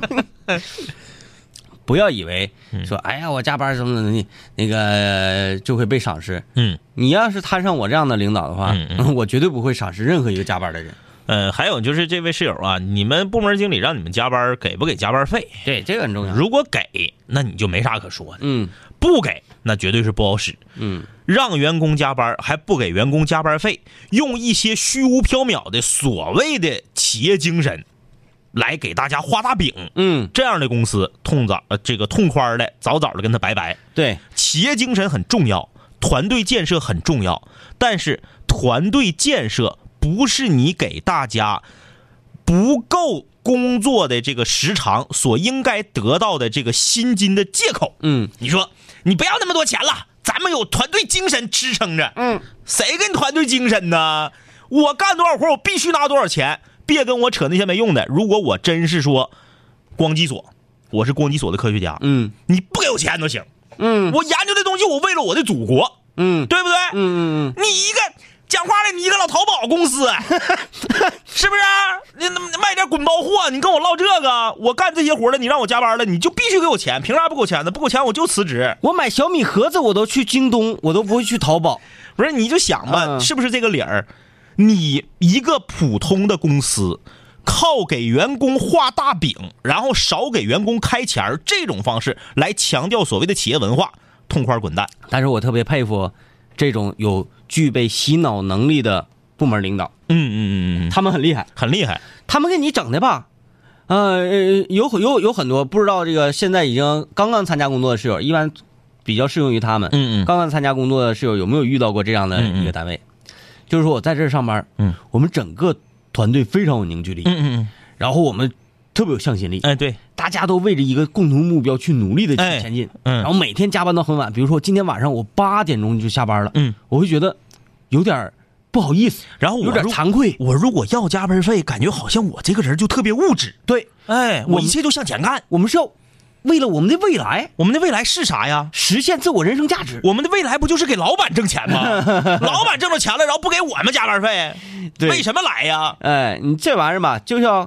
不要以为说，哎呀，我加班什么的，那个就会被赏识。你要是摊上我这样的领导的话，我绝对不会赏识任何一个加班的人。 还有就是这位室友啊，你们部门经理让你们加班，给不给加班费？ 对，这个很重要。 如果给，那你就没啥可说的。不给，那绝对是不好使。让员工加班还不给员工加班费，用一些虚无缥缈的所谓的企业精神来给大家画大饼。这样的公司痛快的早的跟他拜拜。对，企业精神很重要，团队建设很重要，但是团队建设不是你给大家不够工作的这个时长所应该得到的这个薪金的借口。你说你不要那么多钱了，咱们有团队精神支撑着。谁跟团队精神呢？我干多少活我必须拿多少钱，别跟我扯那些没用的。如果我真是说光机所，我是光机所的科学家，你不给我钱都行。我研究的东西我为了我的祖国，对不对？你一个讲话的，你一个老淘宝公司，是不是？你卖点滚包货，你跟我唠这个，我干这些活的，你让我加班了，你就必须给我钱，凭啥不给我钱呢？不给我钱我就辞职。 我买小米盒子我都去京东，我都不会去淘宝。 不是，你就想吧，是不是这个理儿？你一个普通的公司，靠给员工画大饼，然后少给员工开钱，这种方式来强调所谓的企业文化，痛快滚蛋。 但是我特别佩服这种有具备洗脑能力的部门领导。他们很厉害， 很厉害。 他们给你整的吧，有很多不知道这个现在已经刚刚参加工作的室友，一般比较适用于他们。刚刚参加工作的室友有没有遇到过这样的一个单位？就是说我在这儿上班，我们整个团队非常有凝聚力，然后我们特别有向心力。对，大家都为着一个共同目标去努力的去前进。然后每天加班到很晚，比如说今天晚上我8点钟就下班了，我会觉得有点不好意思， 然后有点惭愧。 我如果要加班费，感觉好像我这个人就特别物质。 对， 我一切就向前干。 我们是要为了我们的未来。 我们的未来是啥呀？ 实现自我人生价值。 我们的未来不就是给老板挣钱吗？老板挣了钱了，然后不给我们加班费，为什么来呀？ 你这玩意儿吧，就像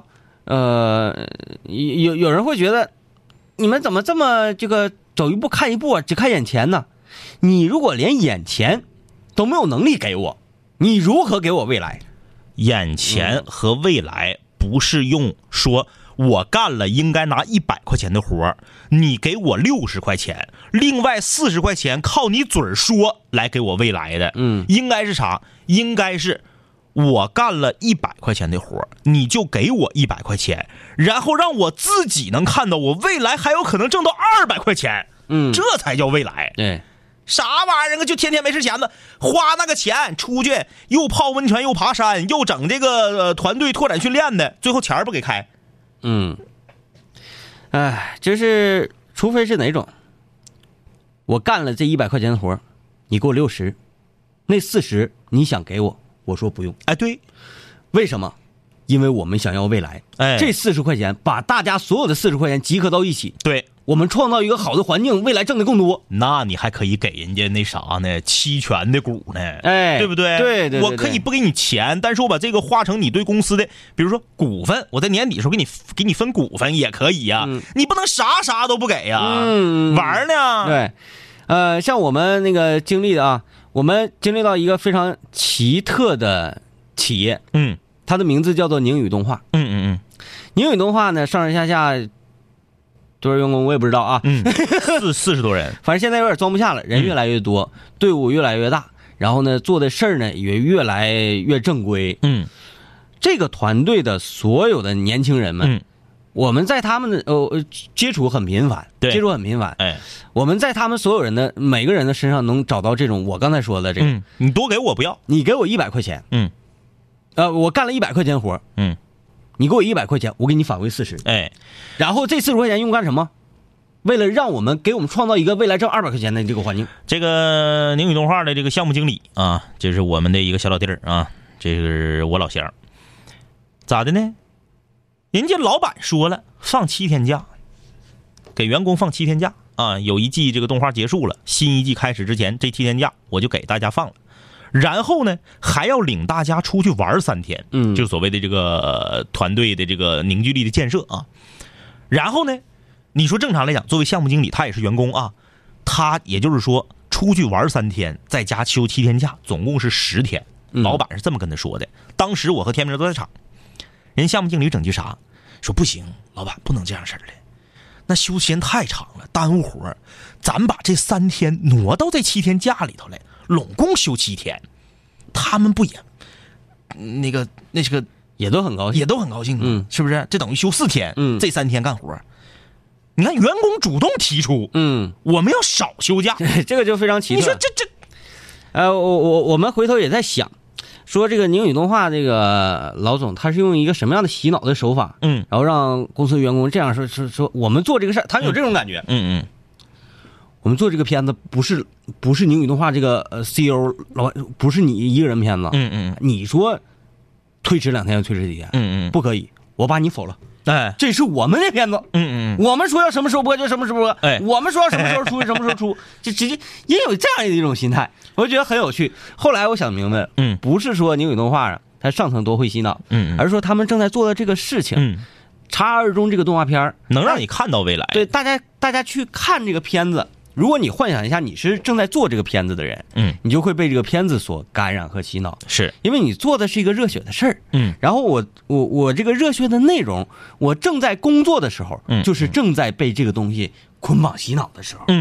有人会觉得你们怎么这么这个走一步看一步啊，只看眼前呢？你如果连眼前都没有能力给我，你如何给我未来？ 眼前和未来不是用说我干了应该拿100块钱的活，你给我60块钱，另外40块钱靠你嘴说来给我未来的。应该是啥？应该是我干了100块钱的活，你就给我100块钱，然后让我自己能看到我未来还有可能挣到200块钱。 这才叫未来。 对， 啥玩意儿啊？就天天没事闲的花那个钱出去，又泡温泉，又爬山，又整这个团队拓展训练的，最后钱不给开。 就是除非是哪种，我干了这100块钱的活，你给我60，那40你想给我，我说不用。 哎，对， 为什么？因为我们想要未来。这40块钱把大家所有的40块钱集合到一起， 对， 我们创造一个好的环境，未来挣的更多。 那你还可以给人家那啥呢，期权的股呢，对不对？ 对， 我可以不给你钱，但是我把这个化成你对公司的，比如说股份，我在年底的时候给你分股份也可以呀。你不能啥都不给呀，玩呢。 对，像我们那个经历的我们经历到一个非常奇特的企业，它的名字叫做宁宇动画。宁宇动画呢，上上下下多少员工我也不知道 40多人， 反正现在有点装不下了，人越来越多，队伍越来越大，然后呢做的事儿呢也越来越正规。这个团队的所有的年轻人们，我们在他们的接触很频繁，我们在他们所有人的每个人的身上能找到这种我刚才说的这个， 你多给我不要， 你给我100块钱，我干了100块钱活，你给我100块钱，我给你返回40，然后这40块钱用干什么？为了让我们给我们创造一个未来挣200块钱的这个环境。 这个宁宇动画的这个项目经理这是我们的一个小老弟儿这是我老乡。咋的呢？人家老板说了，放7天假，给员工放7天假有一季这个动画结束了，新一季开始之前，这7天假我就给大家放了。然后呢，还要领大家出去玩3天，就所谓的这个团队的这个凝聚力的建设然后呢，你说正常来讲，作为项目经理，他也是员工他也就是说出去玩3天，在家休7天假，总共是10天。老板是这么跟他说的。当时我和天明都在场，人项目经理整句啥？说不行，老板不能这样式的，那休时间太长了，耽误活，咱把这3天挪到这7天假里头来。拢共休7天，他们不也那个也都很高兴，是不是？这等于休4天，这3天干活。你看，员工主动提出，我们要少休假， 这个就非常奇特。 你说这， 我们回头也在想，说这个宁宇动画这个老总，他是用一个什么样的洗脑的手法，然后让公司员工这样说，我们做这个事儿，他有这种感觉，我们做这个片子不是宁宇动画这个CEO 老板，不是你一个人片子，你说推迟2天就推迟几天，不可以，我把你否了，这是我们的片子，我们说要什么时候播就什么时候播，我们说要什么时候出什么时候出，就直接也有这样的一种心态，我觉得很有趣。后来我想明白了，不是说宁宇动画它上层多会洗脑，而是说他们正在做的这个事情，查二中这个动画片能让你看到未来， 对大家去看这个片子。如果你幻想一下你是正在做这个片子的人，你就会被这个片子所感染和洗脑， 是因为你做的是一个热血的事儿，然后我这个热血的内容，我正在工作的时候，就是正在被这个东西捆绑洗脑的时候，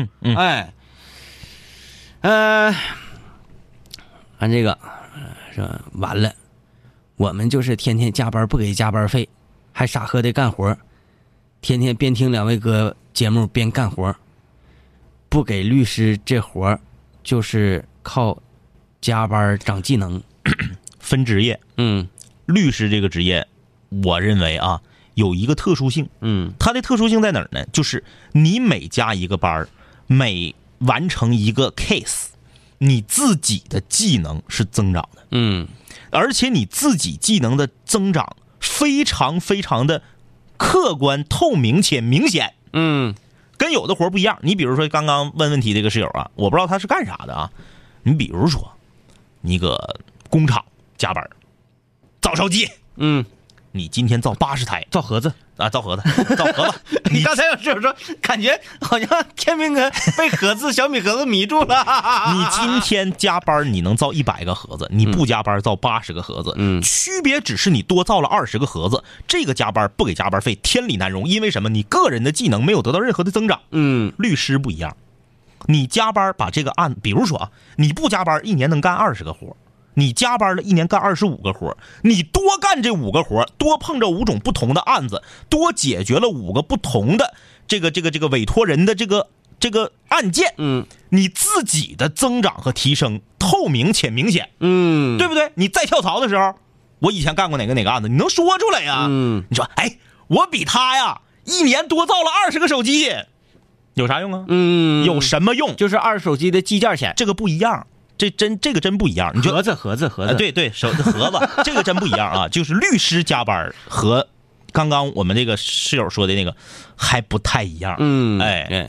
按这个说完了，我们就是天天加班不给加班费，还傻呵的干活，天天边听2位哥节目边干活。不给律师这活就是靠加班长技能， 分职业。律师这个职业，我认为有一个特殊性。它的特殊性在哪儿呢？就是你每加一个班，每完成一个 case， 你自己的技能是增长的。而且你自己技能的增长非常非常的客观、透明且明显。跟有的活不一样，你比如说刚刚问题这个室友我不知道他是干啥的你比如说你个工厂加班造烧机，你今天造80台， 造盒子造盒子。 你刚才有室友说，感觉好像天明哥被小米盒子迷住了。 你今天加班你能造100个盒子，你不加班造80个盒子，区别只是你多造了20个盒子，这个加班不给加班费，天理难容。因为什么？你个人的技能没有得到任何的增长。律师不一样，你加班把这个案，比如说你不加班1年能干20个活，你加班了1年干25个活，你多干这5个活，多碰着5种不同的案子，多解决了5个不同的这个委托人的这个这个按键，你自己的增长和提升透明且明显，对不对？你在跳槽的时候，我以前干过哪个案子，你能说出来呀？你说，哎，我比他呀1年多造了20个手机，有啥用啊？有什么用？ 就是20手机的计件钱， 这个不一样。这个真不一样，你就盒子， 对，盒子，这个真不一样啊！就是律师加班和刚刚我们这个室友说的那个还不太一样。 对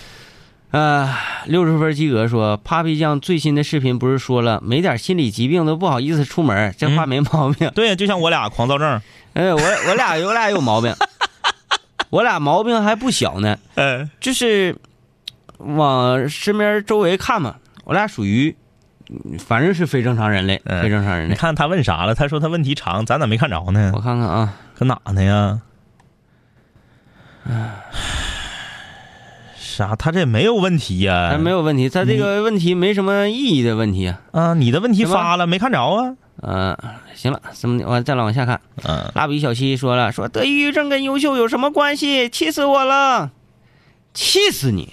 ，60分及格说，Papi 酱最新的视频不是说了，没点心理疾病都不好意思出门，这话没毛病。 对，就像我俩狂躁症， 我俩有毛病，我俩毛病还不小呢。就是往身边周围看嘛，我俩属于。反正是非正常人类，非正常人类。 你看他问啥了？他说他问题长，咱咋没看着呢？ 我看看啊， 搁哪呢呀？啥？他这没有问题呀？ 他没有问题，他这个问题没什么意义的问题啊。你的问题发了没看着啊？ 行了，我再往下看。蜡笔小新说了，说得抑郁症跟优秀有什么关系？气死我了！气死你！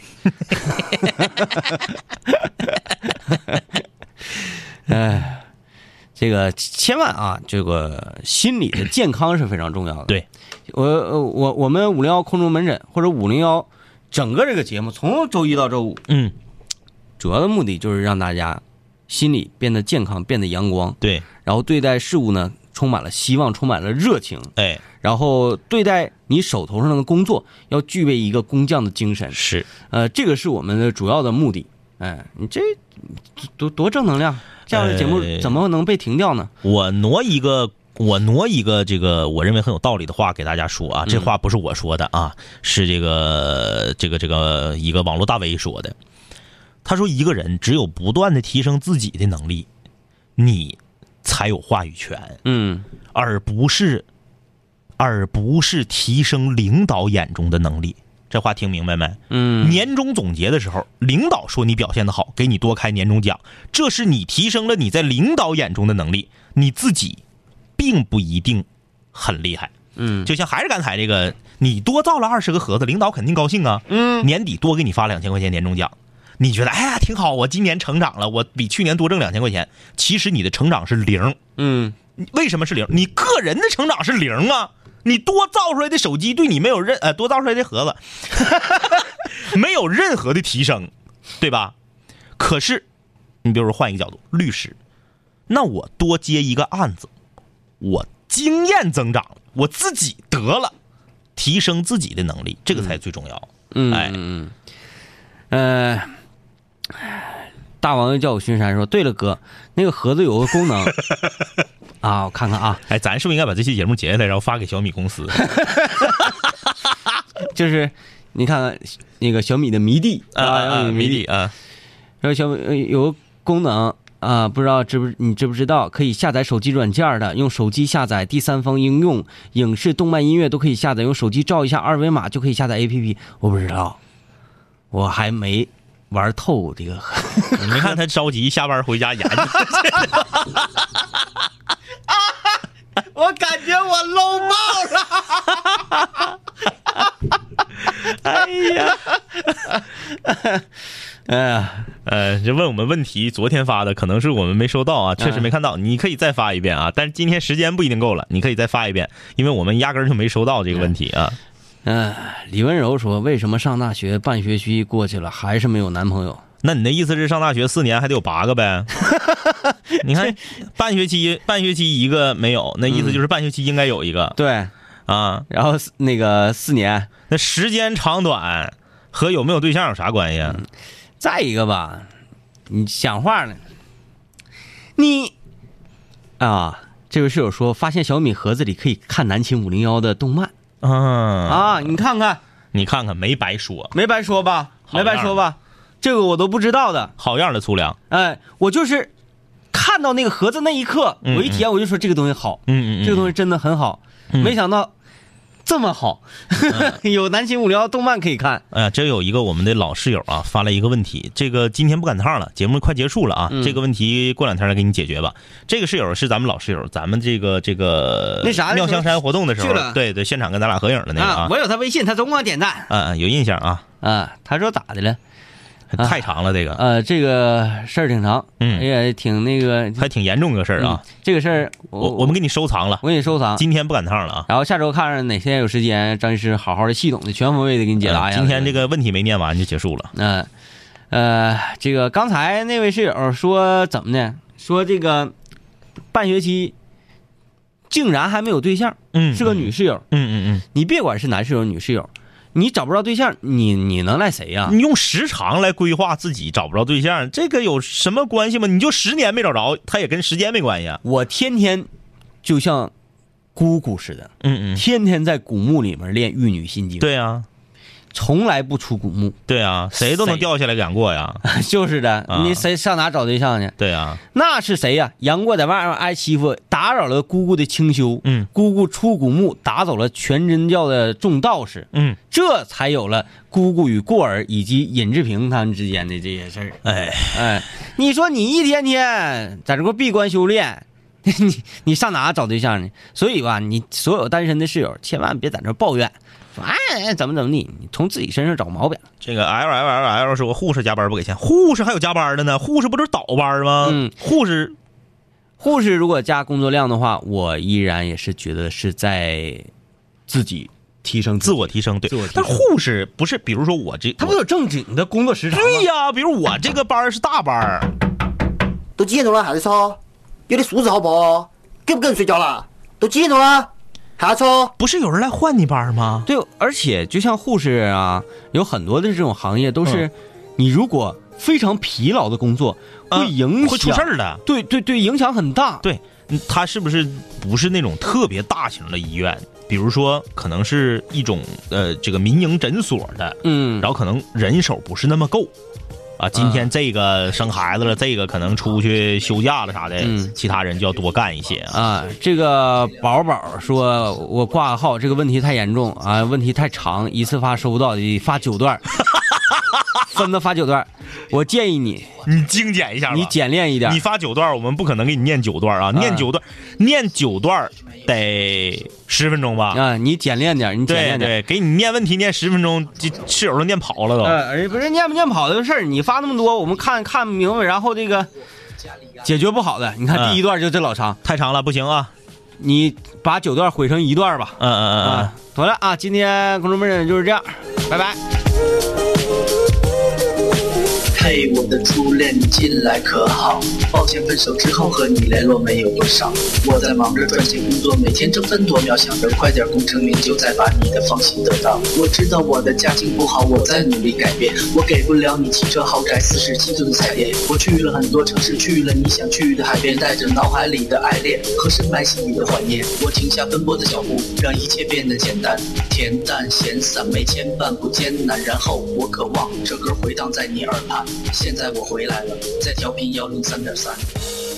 这个千万啊，这个心理的健康是非常重要的。 对， 我们501空中门诊或者501整个这个节目从周一到周五，主要的目的就是让大家心理变得健康，变得阳光。 对， 然后对待事物呢，充满了希望，充满了热情。然后对待你手头上的工作，要具备一个工匠的精神。 是， 这个是我们的主要的目的。你这多正能量，这样的节目怎么能被停掉呢？ 我挪一个这个我认为很有道理的话给大家说啊，这话不是我说的啊，是这个一个网络大 V 说的。他说一个人只有不断的提升自己的能力，你才有话语权，而不是提升领导眼中的能力。这话听明白没？年终总结的时候，领导说你表现得好，给你多开年终奖，这是你提升了你在领导眼中的能力，你自己并不一定很厉害。就像还是刚才这个，你多造了20个盒子，领导肯定高兴啊。年底多给你发2000块钱年终奖，你觉得哎呀挺好，我今年成长了，我比去年多挣2000块钱。其实你的成长是0。为什么是0？你个人的成长是0啊。你多造出来的手机对你没有多造出来的盒子没有任何的提升，对吧？可是你比如说换一个角度，律师，那我多接一个案子，我经验增长，我自己得了，提升自己的能力，这个才最重要。 大王又叫我巡山说，对了哥，那个盒子有个功能啊，我看看啊， 咱是不是应该把这期节目截下来，然后发给小米公司？ 就是你看看那个小米的迷弟迷弟啊， 然后小米有个功能啊，不知道你知不知道，可以下载手机软件的，用手机下载第三方应用，影视、动漫、音乐都可以下载，用手机照一下二维码就可以下载 APP。我不知道，我还没玩透这个。 你没看他着急下班回家研究。 我感觉我搂爆了。 这问我们问题，昨天发的可能是我们没收到啊，确实没看到。你可以再发一遍啊，但是今天时间不一定够了，你可以再发一遍，因为我们压根儿就没收到这个问题啊。 李文柔说，为什么上大学半学期过去了还是没有男朋友？ 那你的意思是上大学4年还得有8个呗？你看半学期一个没有，那意思就是半学期应该有一个。 对啊， 然后那个4年， 那时间长短和有没有对象有啥关系啊？ 再一个吧，你想话呢？你啊，这位室友说发现小米盒子里可以看南秦501的动漫你看看， 没白说， 没白说吧？这个我都不知道的， 好样的粗粮！ 我就是看到那个盒子那一刻，我一体验我就说这个东西好，这个东西真的很好，没想到这么好，有南秦501动漫可以看。 这有一个我们的老室友啊发了一个问题，这个今天不赶趟了，节目快结束了啊，这个问题过2天来给你解决吧。这个室友是咱们老室友，咱们这个那啥妙香山活动的时候，对，现场跟咱俩合影的那个啊， 我有他微信，他总给我点赞， 有印象啊。 他说咋的了？ 太长了这个。 这个事儿挺长，也挺那个， 还挺严重个事儿啊。 这个事儿我们给你收藏了， 我给你收藏， 今天不赶趟了啊。 然后下周看哪天有时间，张医师好好的、系统的、全方位的给你解答一下。 今天这个问题没念完就结束了。 这个刚才那位室友说怎么呢？说这个半学期竟然还没有对象，是个女室友，你别管是男室友女室友，你找不着对象，你能赖谁呀？ 你用时长来规划自己找不着对象，这个有什么关系吗？你就10年没找着，他也跟时间没关系啊。 我天天就像姑姑似的，天天在古墓里面练玉女心经。 对啊， 从来不出古墓。 对啊，谁都能掉下来赶过呀。 就是的，你谁上哪找对象去？ 对啊， 那是谁呀？杨过在外面挨欺负，打扰了姑姑的清修。姑姑出古墓，打走了全真教的众道士。这才有了姑姑与过儿以及尹志平他们之间的这些事儿。你说你一天天在这块闭关修炼，你上哪找对象呢？所以吧，你所有单身的室友千万别在这抱怨。说怎么地，你从自己身上找毛病。 这个 L 说护士加班不给钱，护士还有加班的呢，护士不都是倒班吗？护士如果加工作量的话，我依然也是觉得是在自己提升自我提升，对。但护士不是，比如说我这， 他不有正经的工作时长？ 对呀，比如我这个班是大班。 都几点钟了还在吵？有点素质好不好？给不给人睡觉了？都几点钟了？还吵？ 不是有人来换你班吗？ 对，而且就像护士啊，有很多的这种行业都是，你如果非常疲劳的工作，会影响， 会出事儿的。 对，影响很大。 对，他是不是那种特别大型的医院？比如说，可能是一种这个民营诊所的，然后可能人手不是那么够。今天这个生孩子了，这个可能出去休假了啥的，其他人就要多干一些啊。这个宝说，我挂号这个问题太严重啊，问题太长，一次发收不到，得发9段，分的发9段。我建议你精简一下吧， 你简练一点。 你发9段，我们不可能给你念9段啊，念9段得10分钟吧？ 你简练点， 对，给你念问题念10分钟，室友都念跑了都。 不是念不念跑的事儿，你发那么多，我们看不明白，然后这个解决不好的。你看第1段就这老长， 太长了，不行啊！ 你把9段毁成1段吧。妥了啊！今天空中门诊就是这样，拜拜。 嘿，我的初恋，你近来可好？抱歉，分手之后和你联络没有多少。我在忙着赚钱工作，每天争分夺秒，想着快点功成名就，再把你的芳心得到。我知道我的家境不好，我在努力改变。我给不了你汽车豪宅47吨彩电。我去了很多城市，去了你想去的海边，带着脑海里的爱恋和深埋心里的怀念。我停下奔波的脚步，让一切变得简单，恬淡闲散，没牵绊不艰难。然后我渴望这歌回荡在你耳畔。现在我回来了，在调频103.3。